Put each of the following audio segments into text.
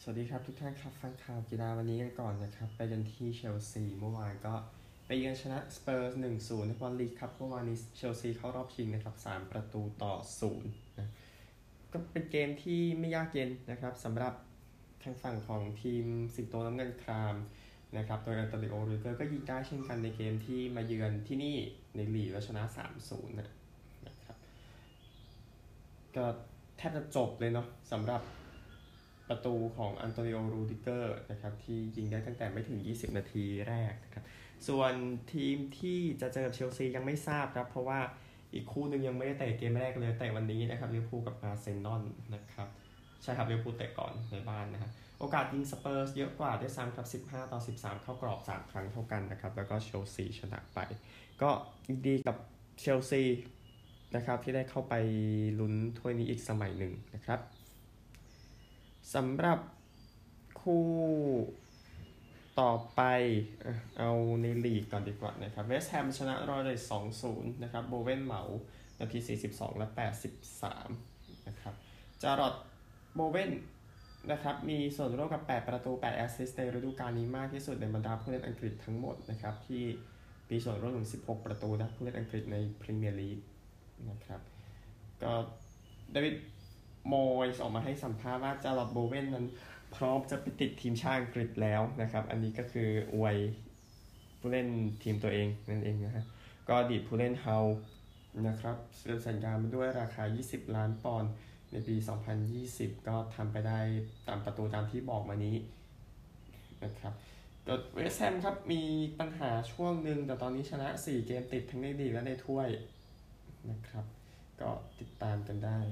วัสดีครับทุกท่านครับฟังข่าวกีฬาวันนี้กันก่อนนะครับไปกันที่เชลซีเมื่อวานก็ไปเยือนชนะสเปอร์ 1-0 ในบอลลีกครับเมื่อวานนี้เชลซีเข้ารอบชิงนะครับ3-0นะก็เป็นเกมที่ไม่ยากเย็นนะครับสำหรับทางฝั่งของทีมสิงโตน้ำเงินครามนะครับโดยอันโตนิโอ รูดิเกอร์ก็ยิงได้เช่นกันในเกมที่มาเยือนที่นี่ในลีกแล้วชนะ 3-0 นะครับก็แทบจะจบเลยเนาะสำหรับประตูของอันโตนิโอ รูดิเกอร์นะครับที่ยิงได้ตั้งแต่ไม่ถึง20นาทีแรกนะครับส่วนทีมที่จะเจอกับเชลซียังไม่ทราบครับเพราะว่าอีกคู่นึงยังไม่ได้เตะเกมแรกเลยแต่วันนี้นะครับลิเวอร์พูลกับอาร์เซนอลนะครับใช่ครับลิเวอร์พูลเตะก่อนในบ้านนะครับโอกาสยิงสเปอร์สเยอะกว่าด้วยซ้ำครับ15-13เข้ากรอบ3ครั้งเท่ากันนะครับแล้วก็เชลซีชนะไปก็ดีกับเชลซีนะครับที่ได้เข้าไปลุ้นถ้วยนี้อีกสมัยหนึ่งนะครับสำหรับคู่ต่อไปเอาในลีกก่อนดีกว่านะครับเวสต์แฮมชนะรอยัล 2-0 นะครับโบเวนเหมานาที42และ83นะครับจารอดโบเวนนะครับมีส่วนร่วมกับ8ประตู8แอสซิสต์ในฤดูกาลนี้มากที่สุดในบรรดาผู้เล่นอังกฤษทั้งหมดนะครับที่มีส่วนร่วมถึง16ประตูนะผู้เล่นอังกฤษในพรีเมียร์ลีกนะครับก็เดวิดโมยส์ออกมาให้สัมภาษณ์ว่าจารอดโบเวนนั้นพร้อมจะไปติดทีมชาติอังกฤษแล้วนะครับอันนี้ก็คืออวยผู้เล่นทีมตัวเองนั่นเองนะฮะก็อดีตผู้เล่นเฮานะครับเซ็นสัญญามาด้วยราคา20ล้านปอนด์ในปี2020ก็ทำไปได้ตามประตูตามที่บอกมานี้นะครับก็เวสต์แฮมครับมีปัญหาช่วงหนึ่งแต่ตอนนี้ชนะ4เกมติดทั้งในลีกและในถ้วยนะครับก็ติดตามกันได้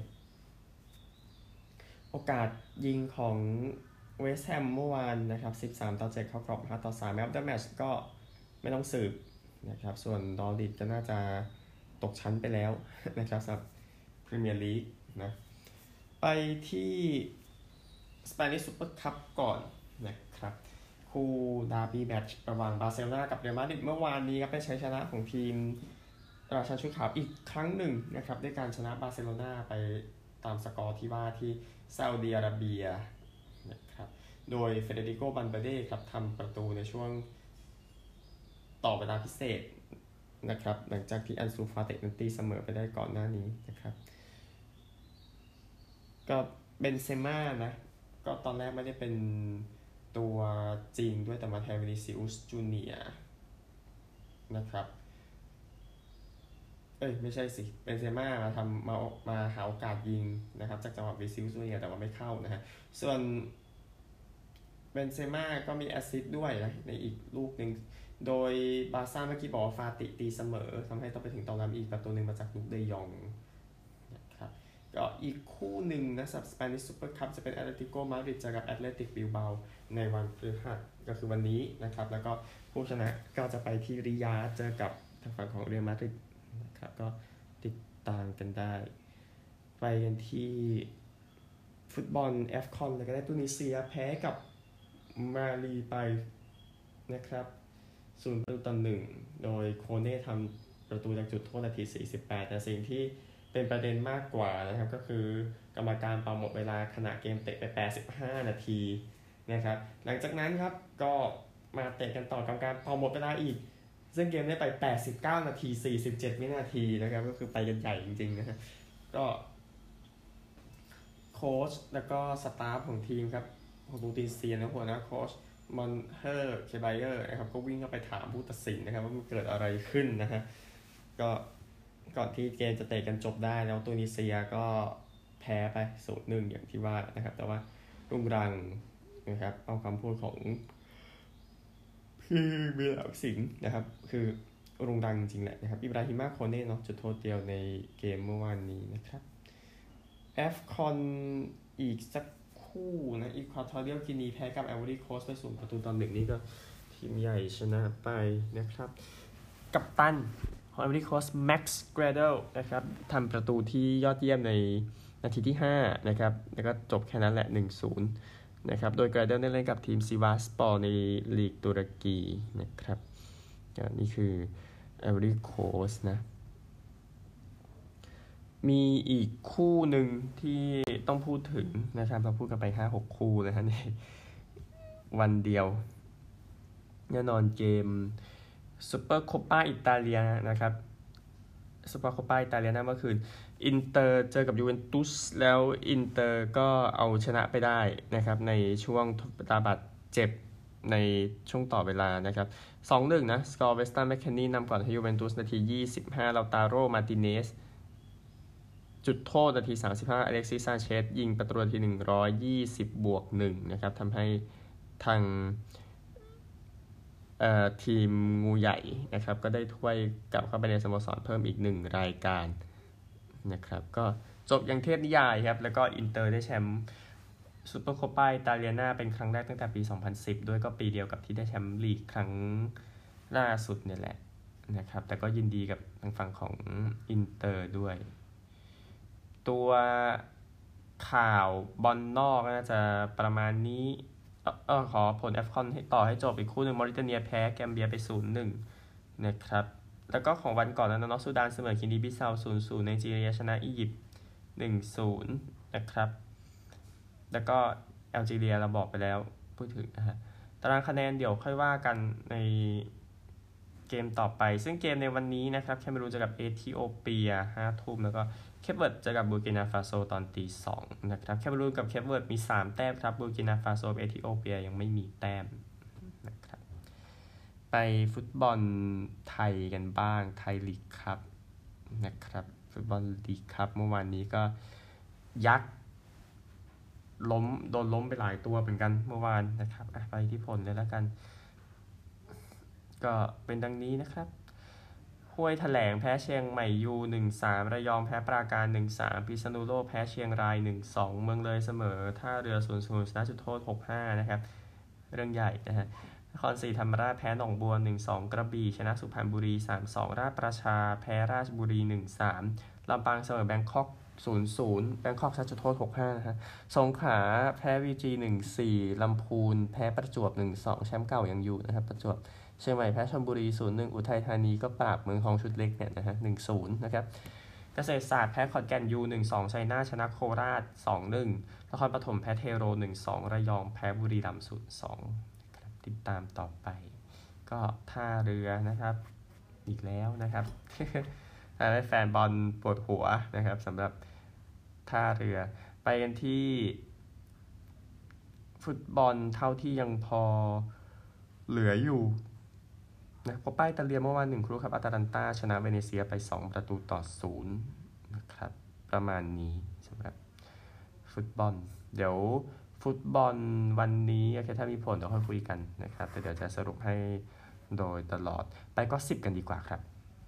โอกาสยิงของเวสต์แฮมเมื่อวานนะครับ13-7เข้ากรอบ5-3แมตช์เดอะแมตช์ก็ไม่ต้องสืบนะครับส่วนดอริทก็น่าจะตกชั้นไปแล้วนะครับสำหรับพรีเมียร์ลีกนะไปที่สเปนิชซูเปอร์คัพก่อนนะครับคู่ดาร์บี้แมตช์ระหว่างบาร์เซโลนากับเรอัลมาดริดเมื่อวานนี้ครับเป็นชัยชนะของทีมราชันชุดขาวอีกครั้งหนึ่งนะครับด้วยการชนะบาร์เซโลนาไปตามสกอร์ที่ว่าที่ซาอุดิอาระเบียนะครับโดยเฟเดริโก บัลเบเดครับทำประตูในช่วงต่อเวลาพิเศษนะครับหลังจากที่อันซูฟาตินั้นตีเสมอไปได้ก่อนหน้านี้นะครับก็เบนเซม่านะก็ตอนแรกไม่ได้เป็นตัวจริงด้วยแต่มาแทนวินิซิอุสจูเนียร์นะครับไม่ใช่สิเบนเซม่ามาหาโอกาสยิงนะครับจากจังหวะวินิซิอุสจูเนียร์แต่ว่าไม่เข้านะฮะส่วนเบนเซม่าก็มีแอสซิสต์ด้วยนะในอีกลูกนึงโดยบาร์ซ่าเมื่อกี้บอกว่าฟาติตีเสมอทำให้ต้องไปถึงตอนนั้นอีกประตูนึงมาจากลุคเดยองนะครับก็อีกคู่หนึ่งนะสำหรับสเปนิชซูเปอร์คัพจะเป็นแอตเลติโกมาดริดเจอกับแอตเลติกบิลเบาในวันพฤหัสก็คือวันนี้นะครับแล้วก็ผู้ชนะก็จะไปที่ริยาดเจอกับทางฝั่งของเรอัลมาดริดนะครับก็ติดตามกันได้ไปกันที่ฟุตบอลเอฟคอนเลยก็ได้ตุนิเซียแพ้กับมาลีไปนะครับ0-1โดยโคเน่ทำประตูจากจุดโทษนาที48แต่สิ่งที่เป็นประเด็นมากกว่านะครับก็คือกรรมการเป่าหมดเวลาขณะเกมเตะไป85นาทีนะครับหลังจากนั้นครับก็มาเตะกันต่อกรรมการเป่าหมดเวลาอีกซึ่งเกมได้ไป89นาที47วินาทีนะครับก็คือไปกันใหญ่จริงๆนะฮะก็โค้ชแล้วก็สตาฟของทีมครับของตูตินเซียนะหัวหน้าโค้ชมอนเฮอร์เคไบเออร์นะครับก็วิ่งเข้าไปถามผู้ตัดสินนะครับว่ามันเกิดอะไรขึ้นนะฮะก็ก่อนที่เกมจะเตะกันจบได้แล้วตูนิเซียก็แพ้ไป0-1อย่างที่ว่านะครับแต่ว่ารุ่งรังนะครับเอาคำพูดของพี่มีหลักสิงนะครับคือรุ่งรังจริงแหละนะครับอิบราฮิมาโคเน่เนาะจุดโทษเดียวในเกมเมื่อวานนี้นะครับแอฟคอนอีกสักคู่นะอีควอทอเรียลกินีแพ้กับไอวอรี่โคสต์ไป0-1นี่ก็ทีมใหญ่ชนะไปนะครับกัปตันของไอวอรี่โคสต์แม็กซ์เกรเดลนะครับทำประตูที่ยอดเยี่ยมในนาทีที่5นะครับแล้วก็จบแค่นั้นแหละ 1-0 นะครับโดยเกรเดลได้เล่นกับทีมซิวาสปอร์ในลีกตุรกีนะครับนี่คือไอวอรี่โคสต์นะมีอีกคู่หนึ่งที่ต้องพูดถึงนะครับเราพูดกันไป 5-6 คู่เลยนะในวันเดียวแน่นอนเกมซูเปอร์โคปาอิตาเลียนะครับซูเปอร์โคปาอิตาเลียนะเมื่อคืนอินเตอร์เจอกับยูเวนตุสแล้วอินเตอร์ก็เอาชนะไปได้นะครับในช่วงทดบาดเจ็บในช่วงต่อเวลานะครับ 2-1 นะสกอร์เวสตันแมคเคนนี่นำก่อนให้ยูเวนตุสนาที25ลาตาโรมาติเนสจุดโทษนาที35อเล็กซิสซานเชสยิงประตูนาที120+1นะครับทำให้ทางทีมงูใหญ่นะครับก็ได้ถ้วยกลับเข้าไปในสโมสรเพิ่มอีก1รายการนะครับก็จบอย่างเทพนิยายครับแล้วก็อินเตอร์ได้แชมป์ซูเปอร์โคปาอิตาเลียนาเป็นครั้งแรกตั้งแต่ปี 2010 ด้วยก็ปีเดียวกับที่ได้แชมป์ลีกครั้งล่าสุดเนี่ยแหละนะครับแต่ก็ยินดีกับทางฝั่งของอินเตอร์ด้วยตัวข่าวบอลนอกน่าจะประมาณนี้ขอผล AFCON ให้ต่อให้จบอีกคู่หนึ่งมอริเตเนียแพ้แกมเบียไป 0-1 นะครับแล้วก็ของวันก่อนนั้นนอร์ทซูดานเสมอกินีบิซาว 0-0 ไนจีเรียชนะอียิปต์ 1-0 นะครับแล้วก็แอลจีเรียเราบอกไปแล้วพูดถึงนะฮะตารางคะแนนเดี๋ยวค่อยว่ากันในเกมต่อไปซึ่งเกมในวันนี้นะครับแคเมรูนเจอกับเอธิโอเปีย 5 ทุ่มแล้วก็เคปเวิร์ดเจอกับบูร์กินาฟาโซตอน 2:00 นะครับแคเมรูนกับเคปเวิร์ดมี3แต้มครับบูร์กินาฟาโซเอธิโอเปียยังไม่มีแต้มนะครับไปฟุตบอลไทยกันบ้างไทยลีกครับนะครับฟุตบอลลีกครับเมื่อวานนี้ก็ยักษ์โดนล้มไปหลายตัวเหมือนกันเมื่อวานนะครับไปที่ผลเลยแล้วกันก็เป็นดังนี้นะครับห้วยแถลงแพ้เชียงใหม่ยู 1-3 ระยองแพ้ปราการ 1-3 พิษณุโลกแพ้เชียงราย 1-2 เมืองเลยเสมอท่าเรือ 0-0 ชนะจุดโทษ 6-5 นะครับเรื่องใหญ่นะฮะนครศรีธรรมราชแพ้หนองบัว 1-2 กระบี่ชนะสุพรรณบุรี 3-2 ราชประชาแพ้ราชบุรี 1-3 ลำปางเสมอแบงคอก 0-0 แบงคอกชนะจุดโทษ 6-5 นะฮะสงขลาแพ้วีจี 1-4 ลำพูนแพ้ประจวบ 1-2 แชมป์เก่ายังอยู่นะครับประจวบเชียงใหม่แพ้ชลบุรี 0-1 อุทัยธานีก็ปราบเมืองทองชุดเล็กเนี่ยนะฮะ 1-0 นะครับเกษตรศาสตร์แพ้ขอนแก่นยู 1-2 ชัยนาทชนะโคราช 2-1 นครปฐมแพ้เทโร 1-2 ระยองแพ้บุรีรัมย์ 0-2 ครับติดตามต่อไปก็ท่าเรือนะครับอีกแล้วนะครับ ทำให้แฟนบอลปวดหัวนะครับสำหรับท่าเรือไปกันที่ฟุตบอลเท่าที่ยังพอเหลืออยู่นะโคปาอิตาเลียเมื่อวาน1 ครู่ครับอาตาลันตาชนะเวเนเซียไป2-0 นะครับประมาณนี้สำหรับฟุตบอลเดี๋ยวฟุตบอลวันนี้โอเคถ้ามีผลเดี๋ยวค่อยคุยกันนะครับแต่เดี๋ยวจะสรุปให้โดยตลอดไปก็10กันดีกว่าครับ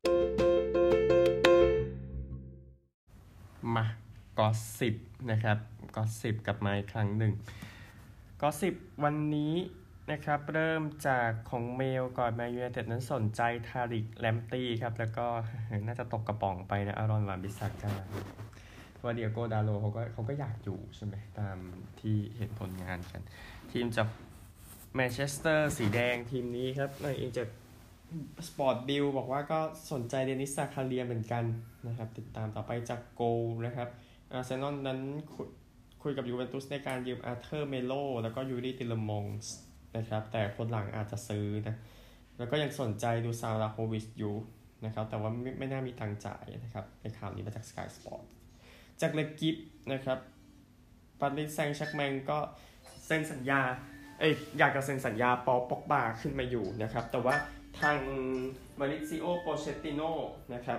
มาก็10นะครับก็10กับมาอีกครั้งหนึ่งก็10วันนี้นะครับเริ่มจากของเมลก่อนแมนยูไนเต็ดนั้นสนใจทาริกแลมตี้ครับแล้วก็น่าจะตกกระป๋องไปนะอารอนวานบิสซาก้าว่าเดียโกดาโลเขาก็อยากอยู่ใช่ไหมตามที่เห็นผลงานกันทีมจากแมนเชสเตอร์สีแดงทีมนี้ครับในเองจากสปอร์ตบิลบอกว่าก็สนใจเดนิสซาคาเรียเหมือนกันนะครับติดตามต่อไปจากโกลนะครับอาร์เซนอลนั้นคุยกับยูเวนตุสในการยืมอาร์เธอร์เมโลแล้วก็ยูริติเลมงส์นะครับแต่คนหลังอาจจะซื้อนะแล้วก็ยังสนใจดูซาราโควิชอยู่นะครับแต่ว่าไม่น่ามีตังจ่ายนะครับในข่าวนี้มาจาก Sky Sport จากเลกิฟนะครับปาริสแซงต์แชร์กแมงก็เซ็นสัญญาอยากจะเซ็นสัญญาปอป็อกบาขึ้นมาอยู่นะครับแต่ว่าทางมาริซิโอโปเชตติโนนะครับ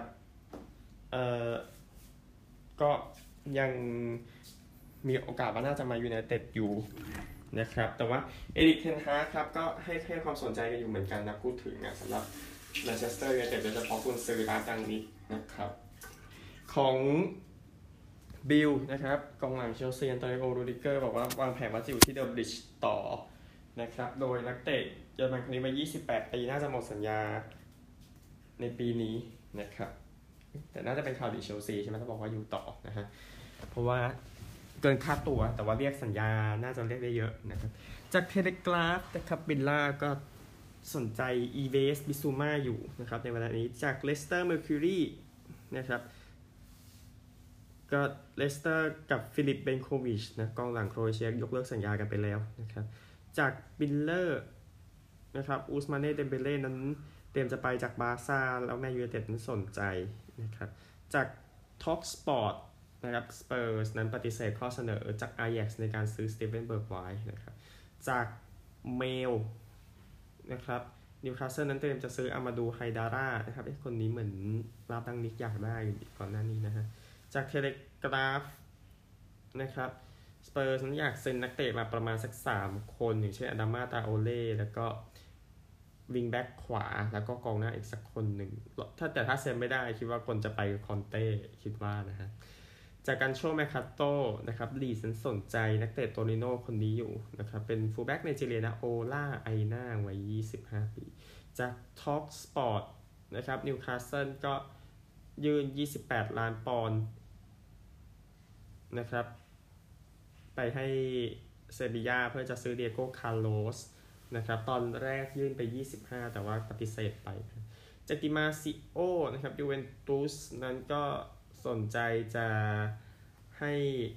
ก็ยังมีโอกาสว่าน่าจะมายูไนเต็ดอยู่นะครับแต่ว่าเอริกเทนฮากครับก็ให้ความสนใจกันอยู่เหมือนกันนะพูดถึงนะสำหรับแมนเชสเตอร์ยูไนเต็ดโดยเฉพาะกุนซือร้านดังนี้นะครับของบิลนะครับกองหลังเชลซีอันโตนิโอ รูดิเกอร์บอกว่าวางแผนว่าจะอยู่ที่เดอะบริดจ์ต่อนะครับโดยนักเตะเยอรมันคนนี้มา28 ปีน่าจะหมดสัญญาในปีนี้นะครับแต่น่าจะเป็นข่าวดีเชลซีใช่ไหมถ้าบอกว่าอยู่ต่อนะฮะเพราะว่าเกินค่าตัวแต่ว่าเรียกสัญญาน่าจะเรียกได้เยอะนะครับจากเทเลกราฟนะครับบิลล่าก็สนใจอีเวสบิซูมาอยู่นะครับในเวลานี้จากเลสเตอร์เมอร์คิวรีนะครับก็เลสเตอร์กับฟิลิปเบนโควิชนะกองหลังโครเอเชียยกเลิกสัญญากันไปแล้วนะครับจากบิลเลอร์นะครับอุสมาเน่เดมเบเล่นั้นเตรียมจะไปจากบาร์ซ่าแล้วแมนยูไนเต็ดนั้นสนใจนะครับจากท็อกสปอร์ตนะครับสเปอร์สนั้นปฏิเสธข้อเสนอจากอาแย็กซ์ในการซื้อสตีเฟนเบิร์กไวท์นะครับจากเมลนะครับนิวคาสเซิลนั้นเตรียมจะซื้ออามาดูไฮดาร่านะครับคนนี้เหมือนลาบังนิกอยากได้ก่อนหน้านี้นะฮะจากเทเลกราฟนะครับสเปอร์สนั้นอยากเซ็นนักเตะมาประมาณสัก3คนอย่างเช่นอดามาตาโอเล่แล้วก็วิงแบ็กขวาแล้วก็กองหน้าอีกสักคนหนึ่งแต่ถ้าเซ็นไม่ได้คิดว่าคนจะไปคอนเต้คิดว่านะฮะจากการโชว์แมคคาโตนะครับลีดสนใจนักเตะโตริโนคนนี้อยู่นะครับเป็นฟูลแบ็กไนจีเรียนะโอล่าไอน่าวัย25 ปีจากท็อกสปอร์ตนะครับนิวคาสเซิลก็ยื่น28 ล้านปอนด์นะครับไปให้เซบีย่าเพื่อจะซื้อเดียโก้คาร์โลสนะครับตอนแรกยื่นไป25แต่ว่าปฏิเสธไปจากดิมาซิโอนะครับยูเวนตุสนั้นก็สนใจจะให้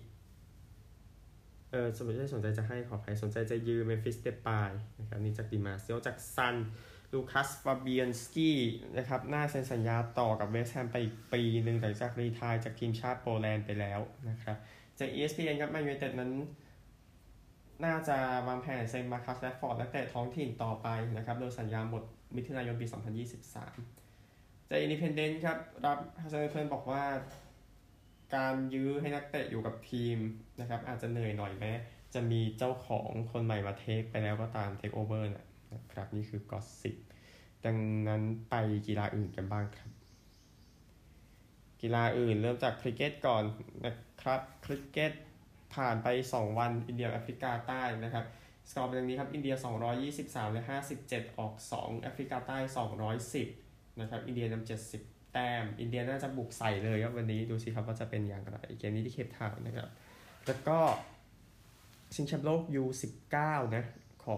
สนใจจะให้ขออภัยสนใจจะยืมเมฟิสเดปายนะครับนี่จากดิมาซิโอจากซันลูคัสฟาเบียนสกี้นะครับน่าเซ็นสัญญาต่อกับเวสต์แฮมไปอีกปีนึงหลังจากรีไทร์จากทีมชาติโปแลนด์ไปแล้วนะครับจาก ESPN ครับแมนยูไนเต็ดนั้นน่าจะวางแผนเซ็นมาคัสแรดฟอร์ดนักเตะท้องถิ่นต่อไปนะครับโดยสัญญาหมดมิถุนายนปี 2023จาก Independent ครับรับฮัสซันเฟิร์นบอกว่าการยื้อให้นักเตะอยู่กับทีมนะครับอาจจะเหนื่อยหน่อยแม้จะมีเจ้าของคนใหม่มาเทคไปแล้วก็ตามเทคโอเวอร์นะครับนี่คือกอสซิปดังนั้นไปกีฬาอื่นกันบ้างครับกีฬาอื่นเริ่มจากคริกเก็ตก่อนนะครับคริกเก็ตผ่านไป2วันอินเดียแอฟริกาใต้นะครับสกอร์เป็นอย่างนี้ครับอินเดีย223และ57ออก2แอฟริกาใต้210นะครับอินเดียนำ70แต้มอินเดียน่าจะบุกใส่เลยครับวันนี้ดูสิครับว่าจะเป็นอย่างไรเกมนี้ที่เคปทาวน์นะครับแล้วก็ชิงแชมป์โลก U19 นะของ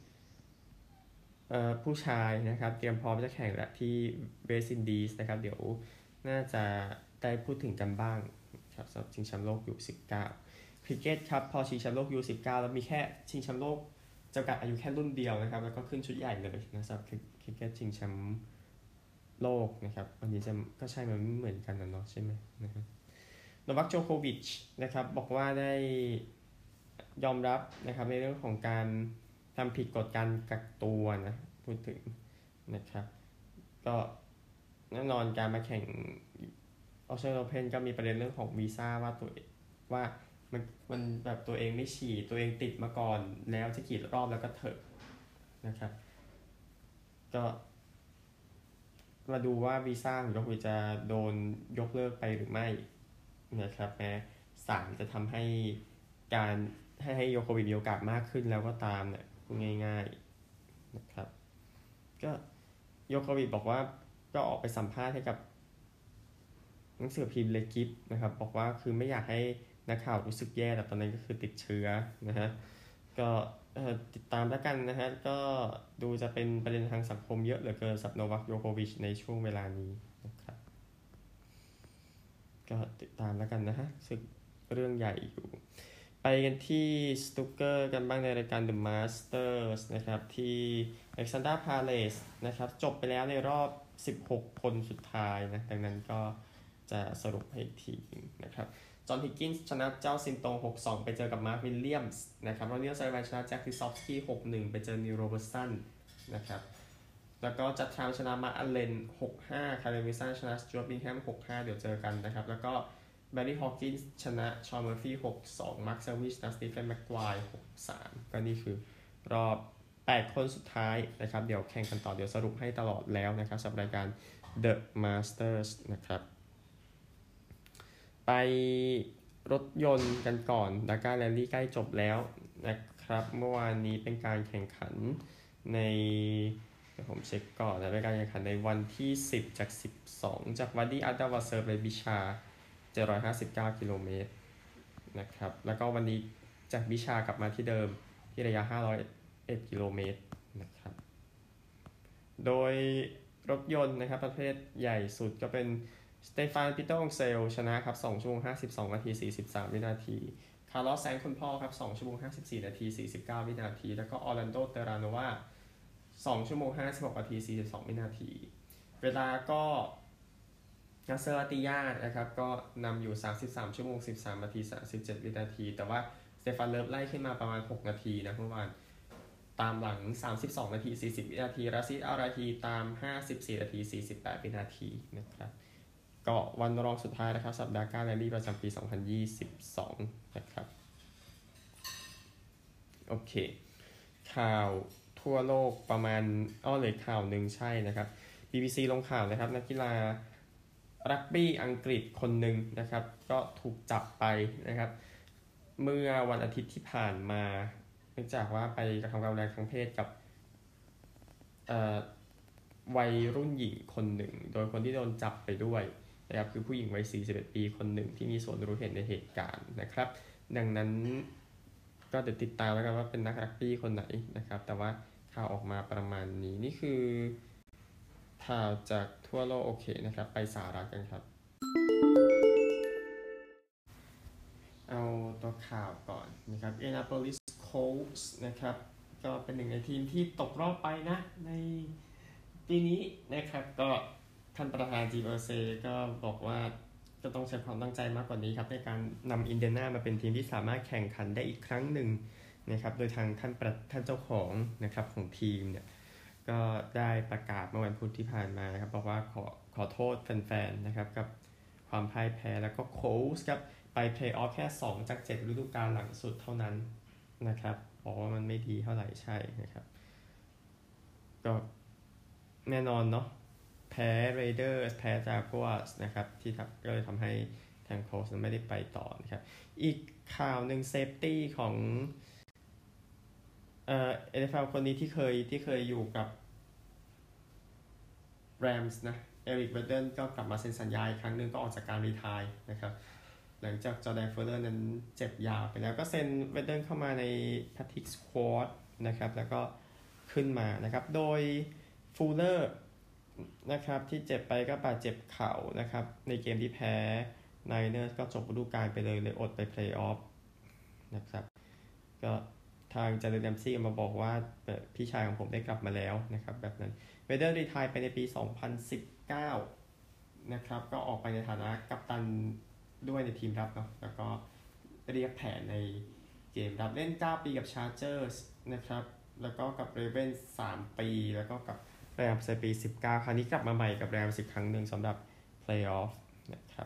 ผู้ชายนะครับเตรียมพร้อมจะแข่งแล้วที่เวสต์อินดีสนะครับเดี๋ยวน่าจะได้พูดถึงกันบ้างครับสำหรับชิงแชมป์โลก U19 คริกเก็ตครับพอชิงแชมป์โลก U19 แล้วมีแค่ชิงแชมป์โลกจำกัดอายุแค่รุ่นเดียวนะครับแล้วก็ขึ้นชุดใหญ่เลยนะสำหรับคริกเก็ตชิงแชมป์โลกนะครับวันนี้ก็ใช่มันไม่เหมือนกันนะเนาะใช่ไหมนะครับโนวัคโจโควิชนะครับบอกว่าได้ยอมรับนะครับในเรื่องของการทำผิดกฎการกักตัวนะพูดถึงนะครับก็แน่นอนการมาแข่งออสเตรเลียโอเพนก็มีประเด็นเรื่องของวีซ่าว่ามันแบบตัวเองไม่ฉีดตัวเองติดมาก่อนแล้วจะกี่รอบแล้วก็เถอะนะครับก็มาดูว่าวีซ่าของโยโควิชจะโดนยกเลิกไปหรือไม่นะครับแม้ศาลจะทำให้การให้โยโควิชมีโอกาสมากขึ้นแล้วก็ตามเนี่ยง่ายๆนะครับก็โยโควิชบอกว่าก็ออกไปสัมภาษณ์ให้กับหนังสือพิมพ์เลกิฟนะครับบอกว่าคือไม่อยากให้นักข่าวรู้สึกแย่แต่ตอนนั้นก็คือติดเชื้อนะฮะก็ติดตามแล้วกันนะฮะก็ดูจะเป็นประเด็นทางสังคมเยอะเหลือเกินสำหรับโนวัคโยโควิชในช่วงเวลานี้นะครับก็ติดตามแล้วกันนะฮะสึกเรื่องใหญ่อยู่ไปกันที่สตุกเกอร์กันบ้างในรายการ The Masters นะครับที่ Alexander Palace นะครับจบไปแล้วในรอบ16คนสุดท้ายนะดังนั้นก็จะสรุปให้ทีนะครับจอห์นฮิกกินส์ชนะเจ้าซินโต 6-2 ไปเจอกับมาร์ควิลเลียมส์นะครับโรเนียล ซาริแวนชนะแจ็คทิซอฟสกี้ 6-1 ไปเจอนิวโรเบอร์สันนะครับแล้วก็จัดทามชนะมาร์คอัลเลน 6-5 คาร์เรนวิสันชนะสจ๊วต บิงแฮม 6-5 เดี๋ยวเจอกันนะครับแล้วก็แบร์รี่ ฮอว์กินส์ชนะชอนเมอร์ฟี่ 6-2 มาร์ค เซลวิชชนะสตีเฟน แม็กควาย 6-3 ก็นี่คือรอบ8คนสุดท้ายนะครับเดี๋ยวแข่งกันต่อเดี๋ยวสรุปให้ตลอดแล้วนะครับสำหรับรายการ The Masters นะครับไปรถยนต์กันก่อนดาก้าแรลลี่ใกล้จบแล้วนะครับเมื่อวานนี้เป็นการแข่งขันในผมเช็คก่อนนะเป็นการแข่งขันในวันที่10จาก12จากวัดดี้อัลดาวาเซอร์ไปบิชา759กิโลเมตรนะครับแล้วก็วันนี้จากบิชากลับมาที่เดิมที่ระยะ501กิโลเมตรนะครับโดยรถยนต์นะครับประเภทใหญ่สุดก็เป็นสเตฟานปิโตองเซลชนะครับ2ชั่วโมง52นาที43วินาทีคาร์ลอสแซงคุณพ่อครับ2ชั่วโมง54นาที49วินาทีแล้วก็ออร์แลนโดเตราโนวา2ชั่วโมง56นาที42วินาทีเวลาก็นาเซอร์อาติยานะครับก็นำอยู่33ชั่วโมง13นาที37วินาทีแต่ว่าสเตฟานเลิฟไล่ขึ้นมาประมาณ6นาทีนะเมื่อวานตามหลัง32นาที40วินาทีราซิดอาราทีตาม54นาที48วินาทีนะครับก็วันรองสุดท้ายนะครับสัปดาห์9แรลลี่ประจำปี2022นะครับโอเคข่าวทั่วโลกประมาณเลยข่าวหนึ่งใช่นะครับ BBC ลงข่าวนะครับนักกีฬารักบี้อังกฤษคนหนึ่งนะครับก็ถูกจับไปนะครับเมื่อวันอาทิตย์ที่ผ่านมาเนื่องจากว่าไปกระทำการรุนแรงทางเพศกับวัยรุ่นหญิงคนหนึ่งโดยคนที่โดนจับไปด้วยนะครับคือผู้หญิงวัย41ปีคนหนึ่งที่มีส่วนรู้เห็นในเหตุการณ์นะครับดังนั้นก็เดี๋ยวติดตามแล้วกันว่าเป็นนักรักบี้คนไหนนะครับแต่ว่าข่าวออกมาประมาณนี้นี่คือข่าวจากทั่วโลกโอเคนะครับไปสหรัฐกันครับเอาตัวข่าวก่อนนะครับ Indianapolis Colts นะครับก็เป็นหนึ่งในทีมที่ตกรอบไปนะในปีนี้นะครับก็ท่านประธานจีเอเซก็บอกว่าจะต้องใช้ความตั้งใจมากกว่านี้ครับในการนำอินเดียนามาเป็นทีมที่สามารถแข่งขันได้อีกครั้งหนึ่งนะครับโดยทางท่านเจ้าของนะครับของทีมเนี่ยก็ได้ประกาศเมื่อวันพุธที่ผ่านมานะครับบอกว่าขอโทษแฟนๆนะครับกับความพ่ายแพ้แล้วก็โค้ชครับไปเพลย์ออฟแค่2จาก7ฤดูกาลหลังสุดเท่านั้นนะครับบอกว่ามันไม่ดีเท่าไหร่ใช่นะครับก็แน่นอนเนาะแพ้เรเดอร์แพ้จากัวสนะครับที่ก็เลยทำให้ทางโค้ชไม่ได้ไปต่อนะครับอีกข่าวหนึ่งเซฟตี้ของNFL คนนี้ที่เคยอยู่กับแรมส์นะเอริกเวดเดนก็กลับมาเซ็นสัญญาอีกครั้งหนึ่งก็ออกจากการรีไทร์นะครับหลังจากจอร์แดนเฟอร์เลอร์นั้นเจ็บยาวไปแล้วก็เซ็นเวดเดนเข้ามาในแพทริกสควอตนะครับแล้วก็ขึ้นมานะครับโดยฟูลเลอร์นะครับที่เจ็บไปก็บาดเจ็บเข่านะครับในเกมที่แพ้ไนเนอร์สก็จบฤดูกาลไปเลยอดไปเพลย์ออฟนะครับก็ทางจาร์แดมซี่มาบอกว่าพี่ชายของผมได้กลับมาแล้วนะครับแบบนั้นเวเดอร์รีไทร์ไปในปี2019นะครับก็ออกไปในฐานะกัปตันด้วยในทีมรับเนาะแล้วก็เรียกแผนในเกมรับเล่น9ปีกับชาร์เจอร์สนะครับแล้วก็กับเรเวนส์3ปีแล้วก็กับแรมส์ในปี19ครั้งนี้กลับมาใหม่กับแรมส์อีกครั้งหนึ่งสำหรับเพลย์ออฟนะครับ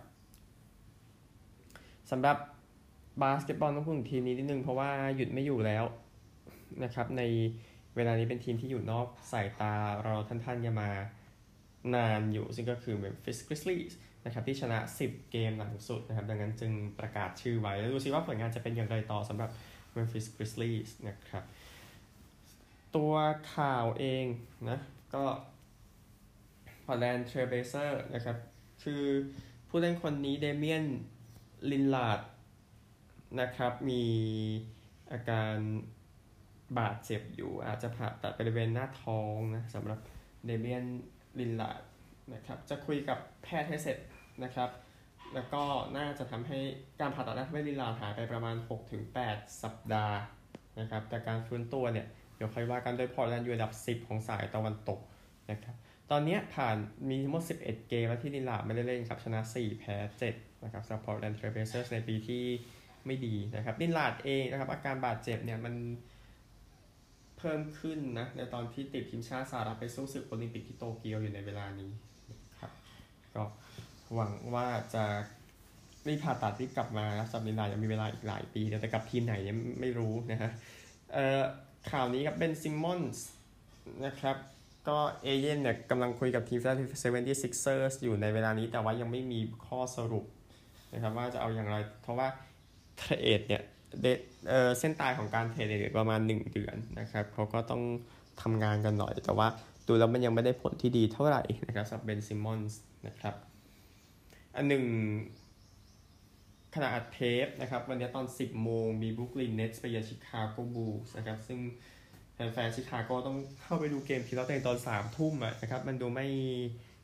สำหรับบาสเกตบอลต้องพูดถึงทีมนี้นิดนึงเพราะว่าหยุดไม่อยู่แล้วนะครับในเวลานี้เป็นทีมที่อยู่นอกสายตาเราท่านๆกันมานานอยู่ซึ่งก็คือ Memphis Grizzlies นะครับที่ชนะ10เกมหลังสุดนะครับดังนั้นจึงประกาศชื่อไว้แล้วดูซิว่าผลงานจะเป็นอย่างไรต่อสำหรับ Memphis Grizzlies นะครับตัวข่าวเองนะก็ Portland Trail Blazers นะครับคือผู้เล่นคนนี้เดเมียนลินลาร์ดนะครับมีอาการบาดเจ็บอยู่อาจจะผ่าตัดบริเวณหน้าท้องนะสำหรับเดเมียนลินลาร์ดนะครับจะคุยกับแพทย์ให้เสร็จนะครับแล้วก็น่าจะทำให้การผ่าตัดทำให้ลินลาร์ดหายไปประมาณ 6-8 สัปดาห์นะครับแต่การฟื้นตัวเนี่ยเดี๋ยวค่อยว่ากันโดยพอร์ตแลนด์อยู่อันดับ10ของสายตะวันตกนะครับตอนนี้ผ่านมีทั้งหมด11เกมที่ลินลาร์ดไม่ได้เล่นครับชนะ4แพ้7นะครับสำหรับ Portland Trail Blazers ในปีที่ไม่ดีนะครับลินลาร์ดเองนะครับอาการบาดเจ็บเนี่ยมันเพิ่มขึ้นนะในตอนที่ติดทีมชาติสหรัฐไปสู้ศึกโอลิมปิกที่โตเกียวอยู่ในเวลานี้ครับก็หวังว่าจะรีบผ่าตัดรีบกลับมาแล้วสัปดาห์หน้ายังมีเวลาอีกหลายปีแต่กับทีมไหนเนี่ยไม่รู้นะฮะข่าวนี้ครับเบนซิมมอนส์นะครับก็เอเย่นเนี่ยกำลังคุยกับทีม76ers อยู่ในเวลานี้แต่ว่ายังไม่มีข้อสรุปนะครับว่าจะเอาอย่างไรเพราะว่าเทรดเนี่ยเส้นตายของการเทรดเนี่ยประมาณ1เดือนนะครับเขาก็ต้องทำงานกันหน่อยแต่ว่าดูแล้วมันยังไม่ได้ผลที่ดีเท่าไหร่นะครับสำหรับเบนซิมมอนส์นะครับอันหนึ่งขณะอัดเทปนะครับวันนี้ตอน 10 โมงมีบรุกลินเน็ตส์ไปเยือนชิคาโกบูลส์นะครับซึ่งแฟนๆชิคาโกต้องเข้าไปดูเกมทีละตัวเองตอน 3 ทุ่มนะครับมันดู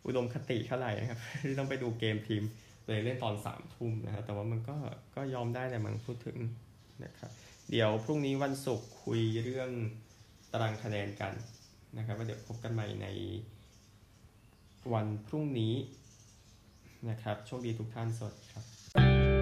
อุดมคติเท่าไหร่นะครับ ที่ต้องไปดูเกมทีมเลยเล่นตอน3 ทุ่มนะครับแต่ว่ามันก็ยอมได้แหละมั้งพูดถึงนะครับเดี๋ยวพรุ่งนี้วันศุกร์คุยเรื่องตารางคะแนนกันนะครับว่าเดี๋ยวพบกันใหม่ในวันพรุ่งนี้นะครับโชคดีทุกท่านสวัสดีครับ